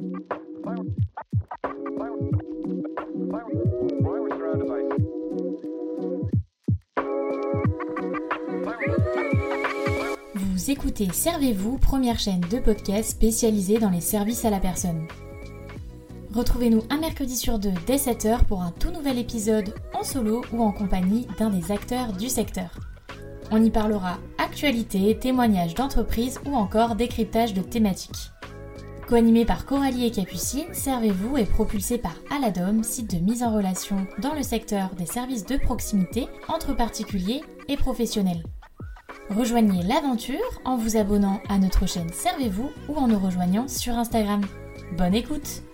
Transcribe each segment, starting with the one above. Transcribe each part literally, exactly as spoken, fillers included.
Vous écoutez Servez-vous, première chaîne de podcast spécialisée dans les services à la personne. Retrouvez-nous un mercredi sur deux dès sept heures pour un tout nouvel épisode en solo ou en compagnie d'un des acteurs du secteur. On y parlera actualité, témoignages d'entreprises ou encore décryptage de thématiques. Co-animé par Coralie et Capucine, Servez-vous est propulsé par Aladom, site de mise en relation dans le secteur des services de proximité entre particuliers et professionnels. Rejoignez l'aventure en vous abonnant à notre chaîne Servez-vous ou en nous rejoignant sur Instagram. Bonne écoute!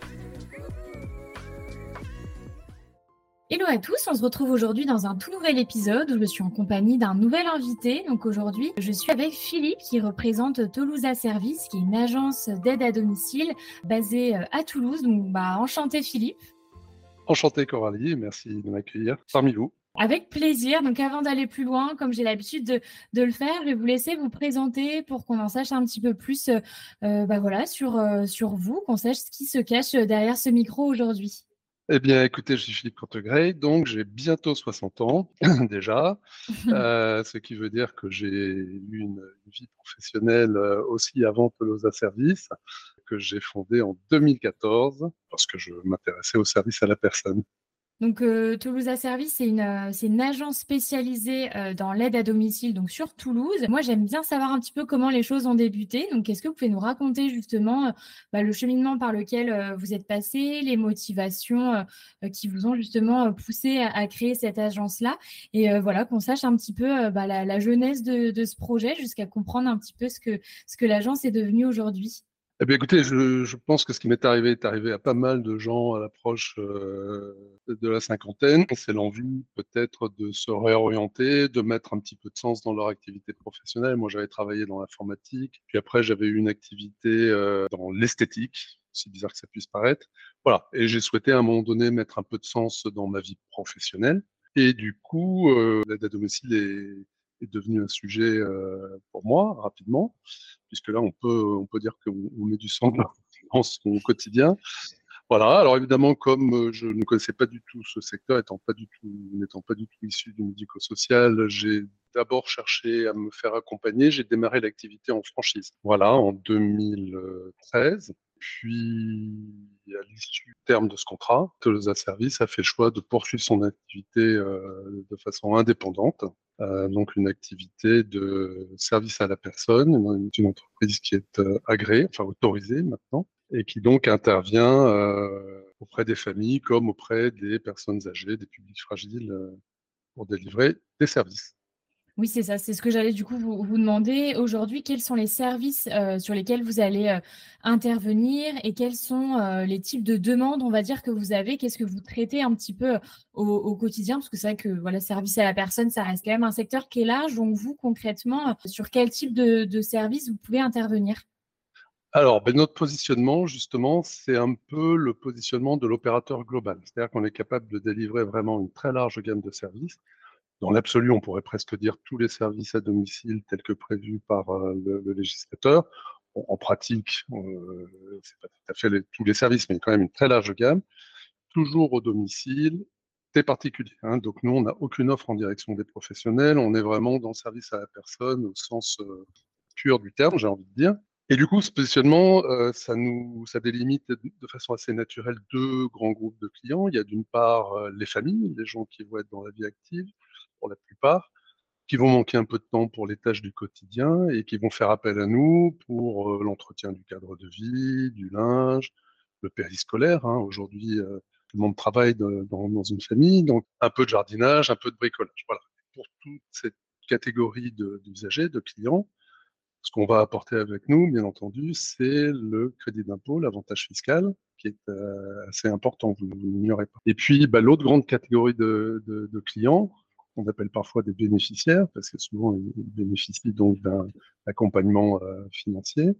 Hello à tous, on se retrouve aujourd'hui dans un tout nouvel épisode où je suis en compagnie d'un nouvel invité. Donc aujourd'hui, je suis avec Philippe qui représente Toulousa Service, qui est une agence d'aide à domicile basée à Toulouse. Donc bah, enchanté Philippe. Enchanté Coralie, merci de m'accueillir parmi vous. Avec plaisir. Donc avant d'aller plus loin, comme j'ai l'habitude de, de le faire, je vais vous laisser vous présenter pour qu'on en sache un petit peu plus euh, bah voilà, sur, euh, sur vous, qu'on sache ce qui se cache derrière ce micro aujourd'hui. Eh bien, écoutez, je suis Philippe Courtegray, donc j'ai bientôt soixante ans déjà, euh, ce qui veut dire que j'ai eu une, une vie professionnelle euh, aussi avant Toulousa Service, que j'ai fondée en deux mille quatorze, parce que je m'intéressais au service à la personne. Donc, euh, Toulousa Service, c'est une, euh, c'est une agence spécialisée euh, dans l'aide à domicile, donc sur Toulouse. Moi, j'aime bien savoir un petit peu comment les choses ont débuté. Donc, est-ce que vous pouvez nous raconter justement euh, bah, le cheminement par lequel euh, vous êtes passé, les motivations euh, qui vous ont justement euh, poussé à, à créer cette agence-là, et euh, voilà, qu'on sache un petit peu euh, bah, la, la jeunesse de, de ce projet jusqu'à comprendre un petit peu ce que, ce que l'agence est devenue aujourd'hui. Eh bien, écoutez, je, je pense que ce qui m'est arrivé est arrivé à pas mal de gens à l'approche euh, de la cinquantaine. C'est l'envie peut-être de se réorienter, de mettre un petit peu de sens dans leur activité professionnelle. Moi, j'avais travaillé dans l'informatique, puis après, j'avais eu une activité euh, dans l'esthétique, aussi bizarre que ça puisse paraître. Voilà, et j'ai souhaité à un moment donné mettre un peu de sens dans ma vie professionnelle. Et du coup, euh, l'aide à domicile est, est devenu un sujet euh, pour moi rapidement, puisque là, on peut, on peut dire qu'on on met du sang dans son quotidien. Voilà. Alors évidemment, comme euh, je ne connaissais pas du tout ce secteur, étant pas du tout, n'étant pas du tout issu du médico-social, j'ai d'abord cherché à me faire accompagner. J'ai démarré l'activité en franchise. Voilà, en deux mille treize. Puis, à l'issue du terme de ce contrat, Toulousa Service a fait le choix de poursuivre son activité euh, de façon indépendante. Euh, donc une activité de service à la personne, une, une entreprise qui est euh, agréée, enfin autorisée maintenant, et qui donc intervient euh, auprès des familles comme auprès des personnes âgées, des publics fragiles, euh, pour délivrer des services. Oui, c'est ça. C'est ce que j'allais du coup vous, vous demander. Aujourd'hui, quels sont les services euh, sur lesquels vous allez euh, intervenir et quels sont euh, les types de demandes, on va dire, que vous avez? Qu'est-ce que vous traitez un petit peu au, au quotidien? Parce que c'est vrai que voilà, service à la personne, ça reste quand même un secteur qui est large. Donc vous, concrètement, euh, sur quel type de, de service vous pouvez intervenir? Alors, ben, notre positionnement, justement, c'est un peu le positionnement de l'opérateur global. C'est-à-dire qu'on est capable de délivrer vraiment une très large gamme de services. Dans l'absolu, on pourrait presque dire tous les services à domicile tels que prévus par euh, le, le législateur. Bon, en pratique, euh, c'est pas tout à fait les- tous les services, mais quand même une très large gamme, toujours au domicile des particuliers, hein. Donc nous, on n'a aucune offre en direction des professionnels. On est vraiment dans le service à la personne au sens euh, pur du terme, j'ai envie de dire. Et du coup, ce positionnement, euh, ça nous, ça délimite de, de façon assez naturelle deux grands groupes de clients. Il y a d'une part euh, les familles, les gens qui vont être dans la vie active, pour la plupart, qui vont manquer un peu de temps pour les tâches du quotidien et qui vont faire appel à nous pour euh, l'entretien du cadre de vie, du linge, le périscolaire, hein. Aujourd'hui, euh, tout le monde travaille de- dans, dans une famille, donc un peu de jardinage, un peu de bricolage. Voilà. Pour toute cette catégorie de- d'usagers, de clients, ce qu'on va apporter avec nous, bien entendu, c'est le crédit d'impôt, l'avantage fiscal, qui est euh, assez important, vous ne l'ignorez pas. Et puis, bah, l'autre grande catégorie de, de, de clients, qu'on appelle parfois des bénéficiaires, parce que souvent ils bénéficient donc d'un accompagnement euh, financier.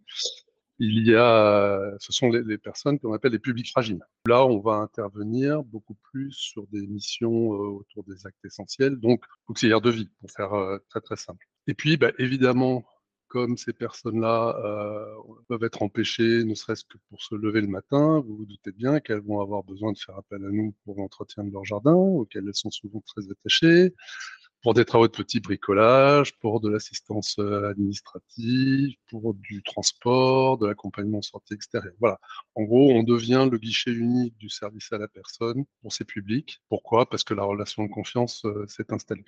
Il y a, ce sont les, les personnes qu'on appelle les publics fragiles. Là, on va intervenir beaucoup plus sur des missions euh, autour des actes essentiels, donc auxiliaires de vie, pour faire euh, très très simple. Et puis, bah, évidemment, comme ces personnes-là euh, peuvent être empêchées, ne serait-ce que pour se lever le matin, vous vous doutez bien qu'elles vont avoir besoin de faire appel à nous pour l'entretien de leur jardin, auquel elles sont souvent très attachées, pour des travaux de petit bricolage, pour de l'assistance euh, administrative, pour du transport, de l'accompagnement en sortie extérieure. Voilà. En gros, on devient le guichet unique du service à la personne pour ces publics. Pourquoi? Parce que la relation de confiance euh, s'est installée.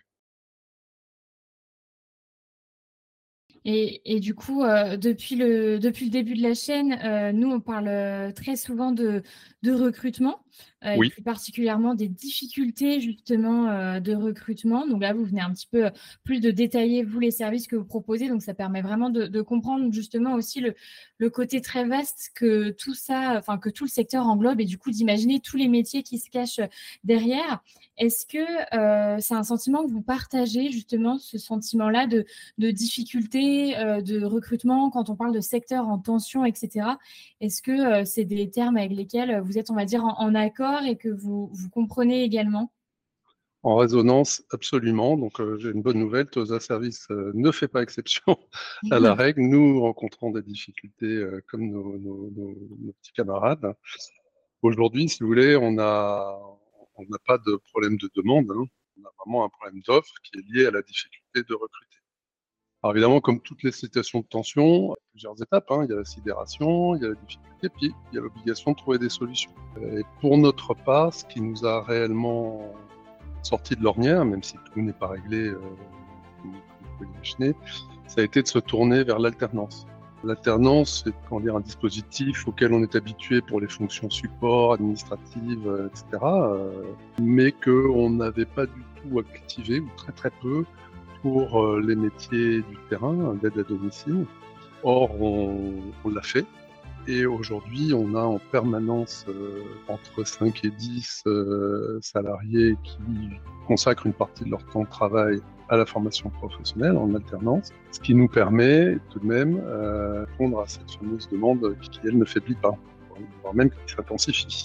Et, et du coup, euh, depuis le, depuis le début de la chaîne, euh, nous, on parle euh, très souvent de, de recrutement, euh, et Oui. plus particulièrement des difficultés justement euh, de recrutement. Donc là, vous venez un petit peu euh, plus de détailler, vous, les services que vous proposez. Donc ça permet vraiment de, de comprendre justement aussi le, le côté très vaste que tout ça, enfin que tout le secteur englobe, et du coup d'imaginer tous les métiers qui se cachent derrière. Est-ce que euh, c'est un sentiment que vous partagez, justement, ce sentiment-là de, de difficulté euh, de recrutement quand on parle de secteur en tension, et cetera. Est-ce que euh, c'est des termes avec lesquels vous êtes, on va dire, en, en accord et que vous, vous comprenez également? En résonance, absolument. Donc, euh, j'ai une bonne nouvelle. Tosa Service euh, ne fait pas exception à la règle. Nous rencontrons des difficultés euh, comme nos, nos- nos- nos petits camarades. Aujourd'hui, si vous voulez, on a, on n'a pas de problème de demande, hein. On a vraiment un problème d'offre qui est lié à la difficulté de recruter. Alors évidemment, comme toutes les situations de tension, il y a plusieurs étapes, hein. Il y a la sidération, il y a la difficulté, puis il y a l'obligation de trouver des solutions. Et pour notre part, ce qui nous a réellement sorti de l'ornière, même si tout n'est pas réglé, euh, comme vous pouvez l'imaginer, ça a été de se tourner vers l'alternance. L'alternance, c'est comment dire, un dispositif auquel on est habitué pour les fonctions support, administratives, euh, et cetera, euh, mais qu'on n'avait pas du tout activé, ou très très peu, pour euh, les métiers du terrain, d'aide à domicile. Or, on, on l'a fait. Et aujourd'hui, on a en permanence euh, entre cinq et dix euh, salariés qui consacrent une partie de leur temps de travail à la formation professionnelle en alternance, ce qui nous permet tout de même euh, de répondre à cette fameuse demande qui, elle, ne faiblit pas, voire même qui s'intensifie.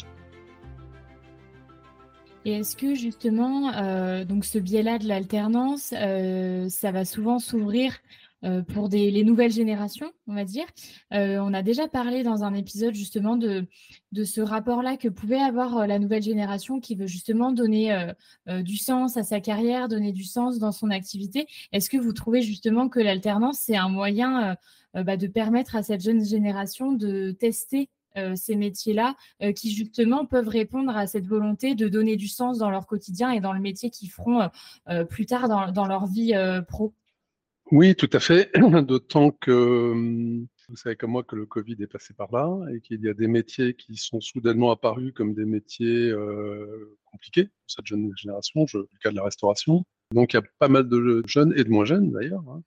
Et est-ce que justement, euh, donc ce biais-là de l'alternance, euh, ça va souvent s'ouvrir euh, pour des, les nouvelles générations, on va dire. Euh, on a déjà parlé dans un épisode justement de, de ce rapport-là que pouvait avoir euh, la nouvelle génération qui veut justement donner euh, euh, du sens à sa carrière, donner du sens dans son activité. Est-ce que vous trouvez justement que l'alternance, c'est un moyen euh, euh, bah, de permettre à cette jeune génération de tester euh, ces métiers-là euh, qui justement peuvent répondre à cette volonté de donner du sens dans leur quotidien et dans le métier qu'ils feront euh, plus tard dans, dans leur vie euh, pro? Oui, tout à fait. D'autant que hum, vous savez comme moi que le Covid est passé par là et qu'il y a des métiers qui sont soudainement apparus comme des métiers euh, compliqués pour cette jeune génération, je, le cas de la restauration. Donc il y a pas mal de jeunes et de moins jeunes d'ailleurs, hein,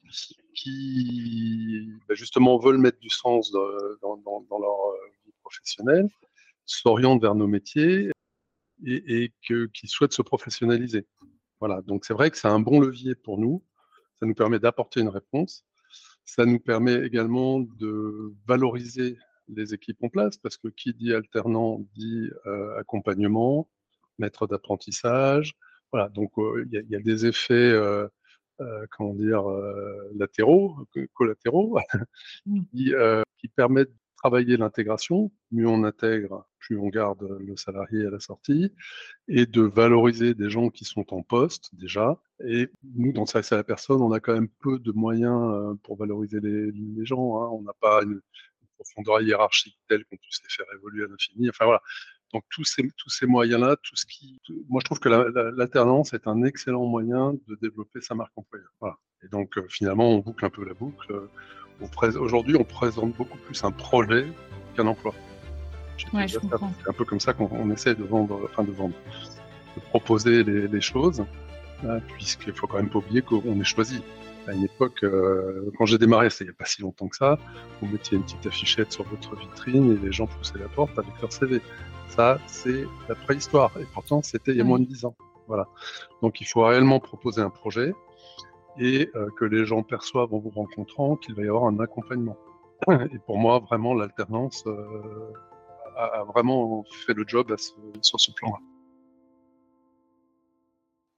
qui ben, justement veulent mettre du sens de- dans, dans- dans leur euh, vie professionnelle, s'orientent vers nos métiers et, et que, qui souhaitent se professionnaliser. Voilà, donc c'est vrai que c'est un bon levier pour nous. Ça nous permet d'apporter une réponse. Ça nous permet également de valoriser les équipes en place, parce que qui dit alternant dit euh, accompagnement, maître d'apprentissage. Voilà, donc euh, il euh, y, y, a des effets, euh, euh, comment dire, euh, latéraux, collatéraux, qui, euh, qui permettent de travailler l'intégration. Mieux on intègre, plus on garde le salarié à la sortie, et de valoriser des gens qui sont en poste déjà. Et nous, dans le service à la personne, on a quand même peu de moyens euh, pour valoriser les, les gens, hein. On n'a pas une, une profondeur hiérarchique telle qu'on puisse les faire évoluer à l'infini. Enfin voilà. Donc tous ces, tous ces moyens-là, tout ce qui, tout, moi je trouve que la, la, l'alternance est un excellent moyen de développer sa marque employeur. Voilà. Et donc euh, finalement, on boucle un peu la boucle. On pré- Aujourd'hui, on présente beaucoup plus un projet qu'un emploi. Ouais, je comprends. C'est un peu comme ça qu'on on essaie de vendre, enfin de vendre, de proposer les, les choses, hein, puisqu'il faut quand même pas oublier qu'on est choisi. À une époque, euh, quand j'ai démarré, c'était il n'y a pas si longtemps que ça, vous mettiez une petite affichette sur votre vitrine et les gens poussaient la porte avec leur C V. Ça, c'est la préhistoire. Et pourtant, c'était il y a Ouais. moins de dix ans. Voilà. Donc, il faut réellement proposer un projet et euh, que les gens perçoivent en vous rencontrant qu'il va y avoir un accompagnement. Et pour moi, vraiment, l'alternance euh, a, a vraiment fait le job à ce, sur ce plan-là.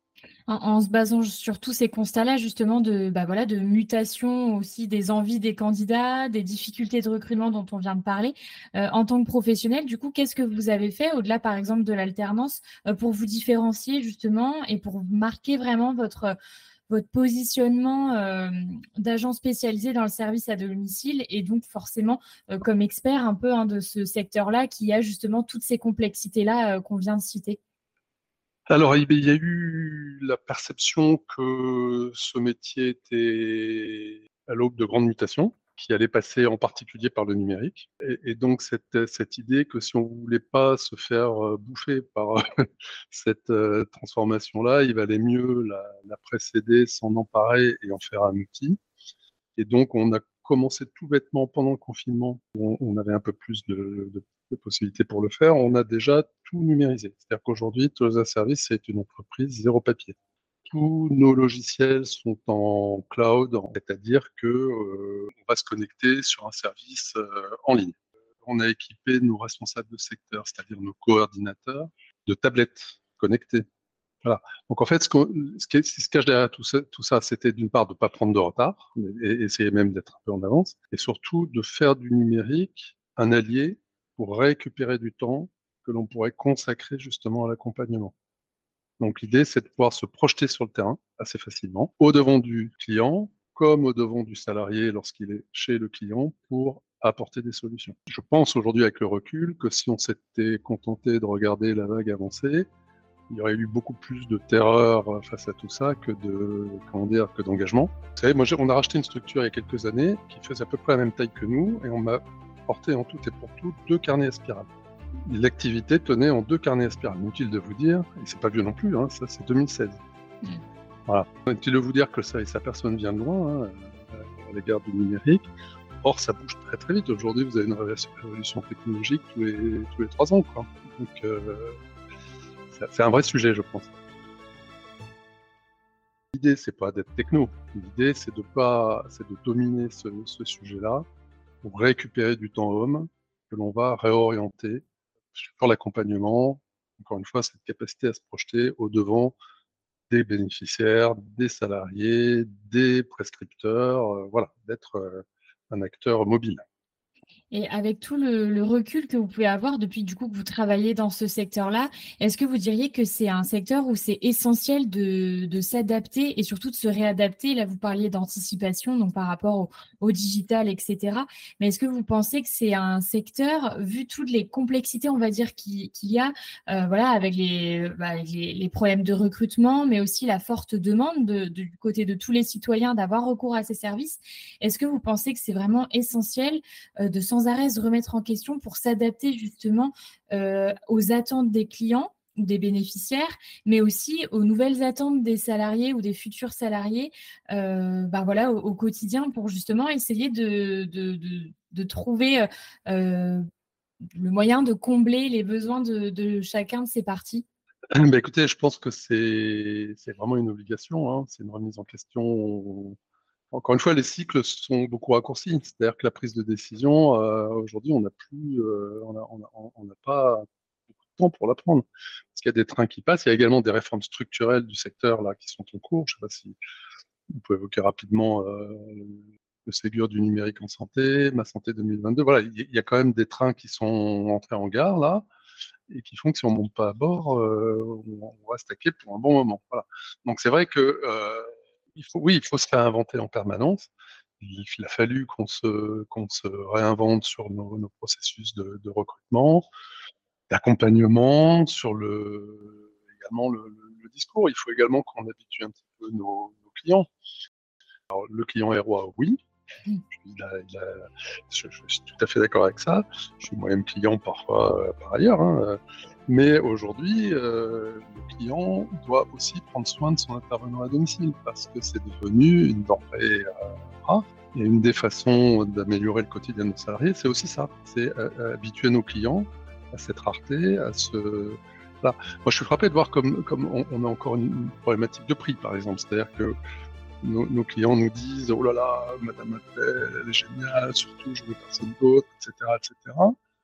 En, en se basant sur tous ces constats-là, justement, de, bah voilà, de mutation aussi des envies des candidats, des difficultés de recrutement dont on vient de parler, euh, en tant que professionnel, du coup, qu'est-ce que vous avez fait, au-delà, par exemple, de l'alternance, euh, pour vous différencier, justement, et pour marquer vraiment votre, votre positionnement euh, d'agent spécialisé dans le service à domicile, et donc forcément euh, comme expert un peu hein, de ce secteur-là, qui a justement toutes ces complexités-là euh, qu'on vient de citer? Alors, il y a eu la perception que ce métier était à l'aube de grandes mutations, qui allait passer en particulier par le numérique. Et, et donc, cette, cette idée que si on voulait pas se faire euh, bouffer par cette euh, transformation-là, il valait mieux la, la précéder, s'en emparer et en faire un outil. Et donc, on a commencé tout bêtement pendant le confinement, où on, on avait un peu plus de, de, de possibilités pour le faire. On a déjà tout numérisé. C'est-à-dire qu'aujourd'hui, Tolosa Service, c'est une entreprise zéro papier. Tous nos logiciels sont en cloud, c'est-à-dire que euh, on va se connecter sur un service euh, en ligne. On a équipé nos responsables de secteur, c'est-à-dire nos coordinateurs, de tablettes connectées. Voilà. Donc en fait, ce, ce qui se cache derrière tout ça, tout ça c'était d'une part de ne pas prendre de retard, et essayer même d'être un peu en avance, et surtout de faire du numérique un allié pour récupérer du temps que l'on pourrait consacrer justement à l'accompagnement. Donc l'idée, c'est de pouvoir se projeter sur le terrain assez facilement, au devant du client, comme au devant du salarié lorsqu'il est chez le client, pour apporter des solutions. Je pense aujourd'hui avec le recul que si on s'était contenté de regarder la vague avancer, il y aurait eu beaucoup plus de terreur face à tout ça que de, comment dire, que d'engagement. Vous savez, moi, on a racheté une structure il y a quelques années qui faisait à peu près la même taille que nous, et on m'a porté en tout et pour tout deux carnets à spirale. L'activité tenait en deux carnets à spirale. Inutile de vous dire, et c'est pas vieux non plus, hein, ça c'est deux mille seize. Mmh. Voilà. Inutile de vous dire que ça et sa personne vient de loin, hein, à l'égard du numérique. Or, ça bouge très très vite. Aujourd'hui, vous avez une révolution technologique tous les, tous les trois ans, quoi. Donc, euh, c'est un vrai sujet, je pense. L'idée, c'est pas d'être techno. L'idée, c'est de pas, c'est de dominer ce, ce sujet-là pour récupérer du temps homme que l'on va réorienter sur l'accompagnement. Encore une fois, cette capacité à se projeter au devant des bénéficiaires, des salariés, des prescripteurs, euh, voilà, d'être euh, un acteur mobile. Et avec tout le, le recul que vous pouvez avoir depuis du coup que vous travaillez dans ce secteur-là, est-ce que vous diriez que c'est un secteur où c'est essentiel de, de s'adapter et surtout de se réadapter? Là, vous parliez d'anticipation, donc par rapport au, au digital, et cetera. Mais est-ce que vous pensez que c'est un secteur, vu toutes les complexités, on va dire, qu'il, qu'il y a, euh, voilà, avec les, bah, les, les problèmes de recrutement, mais aussi la forte demande de, de, du côté de tous les citoyens d'avoir recours à ces services, est-ce que vous pensez que c'est vraiment essentiel euh, de s'en sans arrêt se remettre en question pour s'adapter justement euh, aux attentes des clients ou des bénéficiaires, mais aussi aux nouvelles attentes des salariés ou des futurs salariés euh, bah voilà, au, au quotidien, pour justement essayer de, de, de, de trouver euh, le moyen de combler les besoins de, de chacun de ces parties? Bah, écoutez, je pense que c'est vraiment une obligation, hein. C'est une remise en question. Encore une fois, les cycles sont beaucoup raccourcis. C'est-à-dire que la prise de décision, euh, aujourd'hui, on n'a plus, euh, on n'a on a, on a pas beaucoup de temps pour la prendre. Parce qu'il y a des trains qui passent. Il y a également des réformes structurelles du secteur là qui sont en cours. Je ne sais pas si vous pouvez évoquer rapidement euh, le Ségur du numérique en santé, Ma Santé deux mille vingt-deux. Voilà, il y a quand même des trains qui sont entrés en gare là et qui font que si on ne monte pas à bord, euh, on, on va se taquer pour un bon moment. Voilà. Donc c'est vrai que euh, il faut, oui, il faut se réinventer en permanence. Il, il a fallu qu'on se, qu'on se réinvente sur nos, nos processus de, de recrutement, d'accompagnement, sur le, également le, le, le discours. Il faut également qu'on habitue un petit peu nos, nos clients. Alors, le client est roi, oui. Il a, il a, je, je suis tout à fait d'accord avec ça. Je suis moi-même client parfois euh, par ailleurs. Hein. Mais aujourd'hui, euh, le client doit aussi prendre soin de son intervenant à domicile parce que c'est devenu une denrée euh, rare. Et une des façons d'améliorer le quotidien de nos salariés, c'est aussi ça. C'est euh, habituer nos clients à cette rareté, à ce... Voilà. Moi, je suis frappé de voir comme, comme on, on a encore une, une problématique de prix, par exemple. C'est-à-dire que Nos, nos clients nous disent « Oh là là, Madame Appel, elle est géniale, surtout je veux personne d'autre, et cetera et cetera »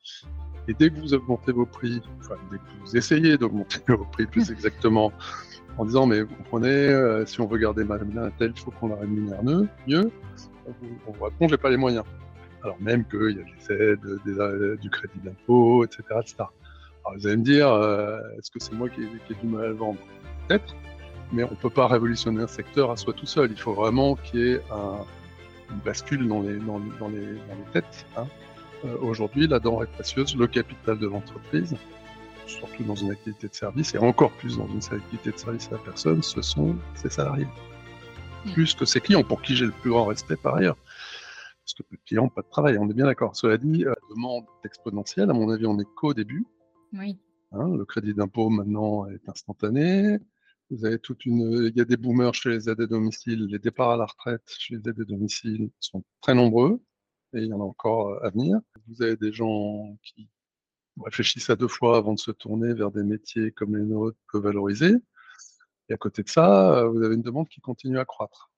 Et dès que vous augmentez vos prix, enfin dès que vous essayez d'augmenter vos prix plus exactement, en disant mais vous comprenez, euh, si on veut garder madame un tel, il faut qu'on la rémunère mieux, mieux. On vous, on vous répond j'ai pas les moyens. Alors même qu'il y a des aides, des, euh, du crédit d'impôt, et cetera, et cetera. Alors vous allez me dire, euh, est-ce que c'est moi qui ai, qui ai du mal à le vendre? Peut-être, mais on peut pas révolutionner un secteur à soi tout seul. Il faut vraiment qu'il y ait un, une bascule dans les, dans, dans les, dans les têtes. Hein. Euh, aujourd'hui, la denrée précieuse, le capital de l'entreprise, surtout dans une activité de service, et encore plus dans une activité de service à la personne, ce sont ses salariés. Mmh. Plus que ses clients, pour qui j'ai le plus grand respect par ailleurs. Parce que peu de clients, pas de travail, on est bien d'accord. Cela dit, la demande est exponentielle, à mon avis, on n'est qu'au début. Oui. Hein, le crédit d'impôt, maintenant, est instantané. Vous avez toute une... Il y a des boomers chez les aides à domicile. Les départs à la retraite chez les aides à domicile sont très nombreux, et il y en a encore à venir. Vous avez des gens qui réfléchissent à deux fois avant de se tourner vers des métiers comme les nôtres peu valorisés. Et à côté de ça, vous avez une demande qui continue à croître.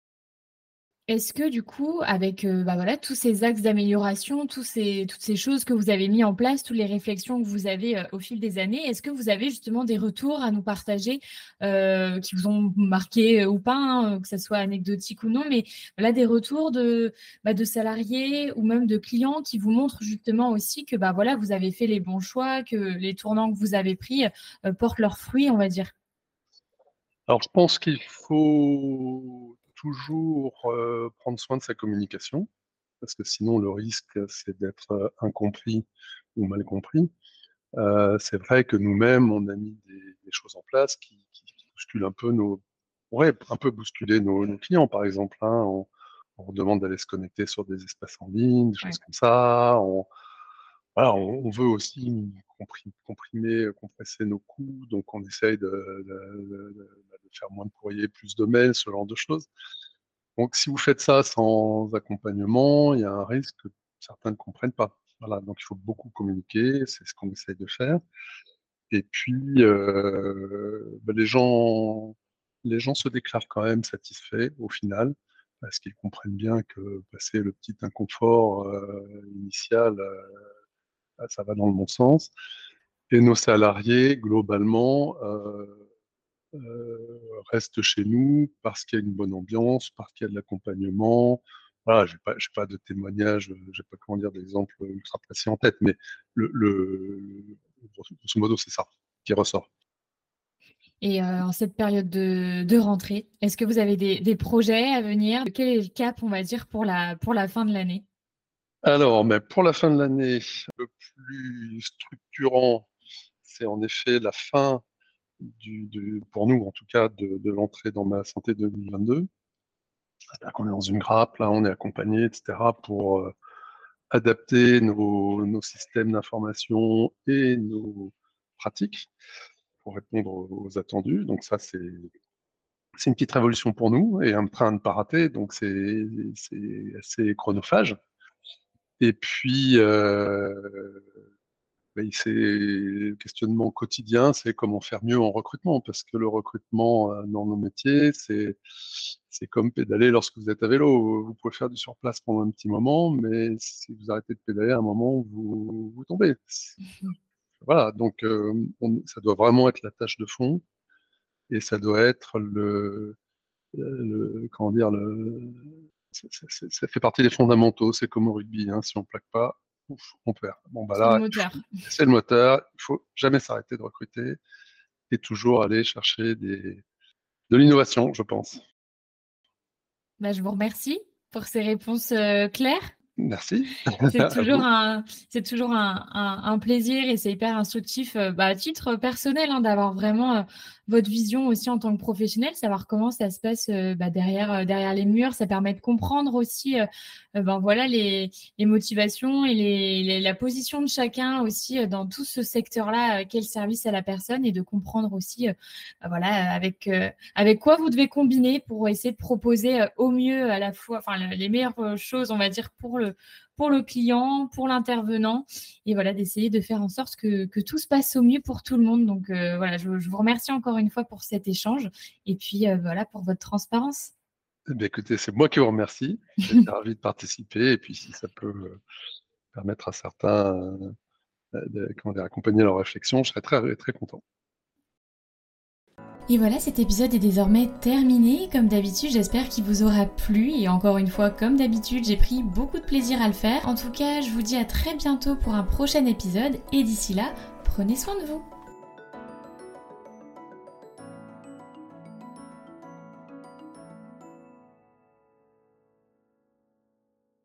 Est-ce que du coup, avec euh, bah voilà, tous ces axes d'amélioration, tous ces, toutes ces choses que vous avez mis en place, toutes les réflexions que vous avez euh, au fil des années, est-ce que vous avez justement des retours à nous partager euh, qui vous ont marqué euh, ou pas, hein, que ce soit anecdotique ou non, mais voilà, des retours de, bah, de salariés ou même de clients qui vous montrent justement aussi que bah, voilà, vous avez fait les bons choix, que les tournants que vous avez pris euh, portent leurs fruits, on va dire? Alors, je pense qu'il faut toujours euh, prendre soin de sa communication, parce que sinon le risque, c'est d'être euh, incompris ou mal compris. Euh, c'est vrai que nous-mêmes, on a mis des, des choses en place qui, qui, qui bousculent un peu nos, ouais, un peu bousculer nos, nos clients, par exemple. Hein, on, on leur demande d'aller se connecter sur des espaces en ligne, des Ouais. choses comme ça. On, voilà, on, on veut aussi comprimer, comprimer, compresser nos coûts, donc on essaye de, de, de, de faire moins de courriers, plus de mails, ce genre de choses. Donc si vous faites ça sans accompagnement, il y a un risque que certains ne comprennent pas. Voilà, donc il faut beaucoup communiquer, c'est ce qu'on essaye de faire. Et puis euh, ben les gens, les gens se déclarent quand même satisfaits au final, parce qu'ils comprennent bien que passer le petit inconfort euh, initial, euh, ça va dans le bon sens. Et nos salariés, globalement, euh, euh, restent chez nous parce qu'il y a une bonne ambiance, parce qu'il y a de l'accompagnement. Voilà, j'ai pas, j'ai pas de témoignage, j'ai pas comment dire d'exemple ultra précis en tête, mais le, le, grosso modo, c'est ça qui ressort. Et euh, en cette période de, de rentrée, est-ce que vous avez des, des projets à venir? Quel est le cap, on va dire, pour la, pour la fin de l'année? Alors, mais pour la fin de l'année, le plus structurant, c'est en effet la fin du, du- pour nous en tout cas, de, de l'entrée dans Ma Santé deux mille vingt-deux. C'est-à-dire qu'on est dans une grappe, là, on est accompagné, et cetera, pour euh, adapter nos, nos systèmes d'information et nos pratiques pour répondre aux, aux attendus. Donc ça, c'est c'est une petite révolution pour nous et un train à ne pas rater, donc c'est c'est assez chronophage. Et puis, euh, ben, c'est le questionnement quotidien, c'est comment faire mieux en recrutement, parce que le recrutement euh, dans nos métiers, c'est c'est comme pédaler lorsque vous êtes à vélo. Vous pouvez faire du surplace pendant un petit moment, mais si vous arrêtez de pédaler, à un moment, vous, vous tombez. Voilà, donc euh, on- ça doit vraiment être la tâche de fond et ça doit être le, le comment dire, le, c'est- c'est- c'est- ça fait partie des fondamentaux. C'est comme au rugby, hein, si on plaque pas, ouf, on perd. Bon bah C'est le là, moteur. c'est le moteur. Il faut jamais s'arrêter de recruter et toujours aller chercher des, de l'innovation, je pense. Bah, je vous remercie pour ces réponses euh, claires. Merci C'est à toujours vous. un, c'est toujours un, un, un plaisir et c'est hyper instructif euh, bah, à titre personnel hein, d'avoir vraiment euh, votre vision aussi en tant que professionnel, savoir comment ça se passe euh, bah, derrière, euh, derrière les murs. Ça permet de comprendre aussi euh, euh, ben, voilà, les, les motivations et les, les- la position de chacun aussi euh, dans tout ce secteur-là, euh, quel service à la personne et de comprendre aussi euh, bah, voilà, avec, euh, avec quoi vous devez combiner pour essayer de proposer euh, au mieux à la fois enfin, le- les meilleures euh, choses, on va dire, pour le pour le client, pour l'intervenant, et voilà, d'essayer de faire en sorte que, que tout se passe au mieux pour tout le monde. Donc euh, voilà, je, je vous remercie encore une fois pour cet échange et puis euh, voilà pour votre transparence. Eh bien, écoutez, c'est moi qui vous remercie. J'étais ravi de participer et puis si ça peut euh, permettre à certains euh, de, comment dire, accompagner leur réflexion, je serais très, très content. Et voilà, cet épisode est désormais terminé. Comme d'habitude, j'espère qu'il vous aura plu. Et encore une fois, comme d'habitude, j'ai pris beaucoup de plaisir à le faire. En tout cas, je vous dis à très bientôt pour un prochain épisode. Et d'ici là, prenez soin de vous.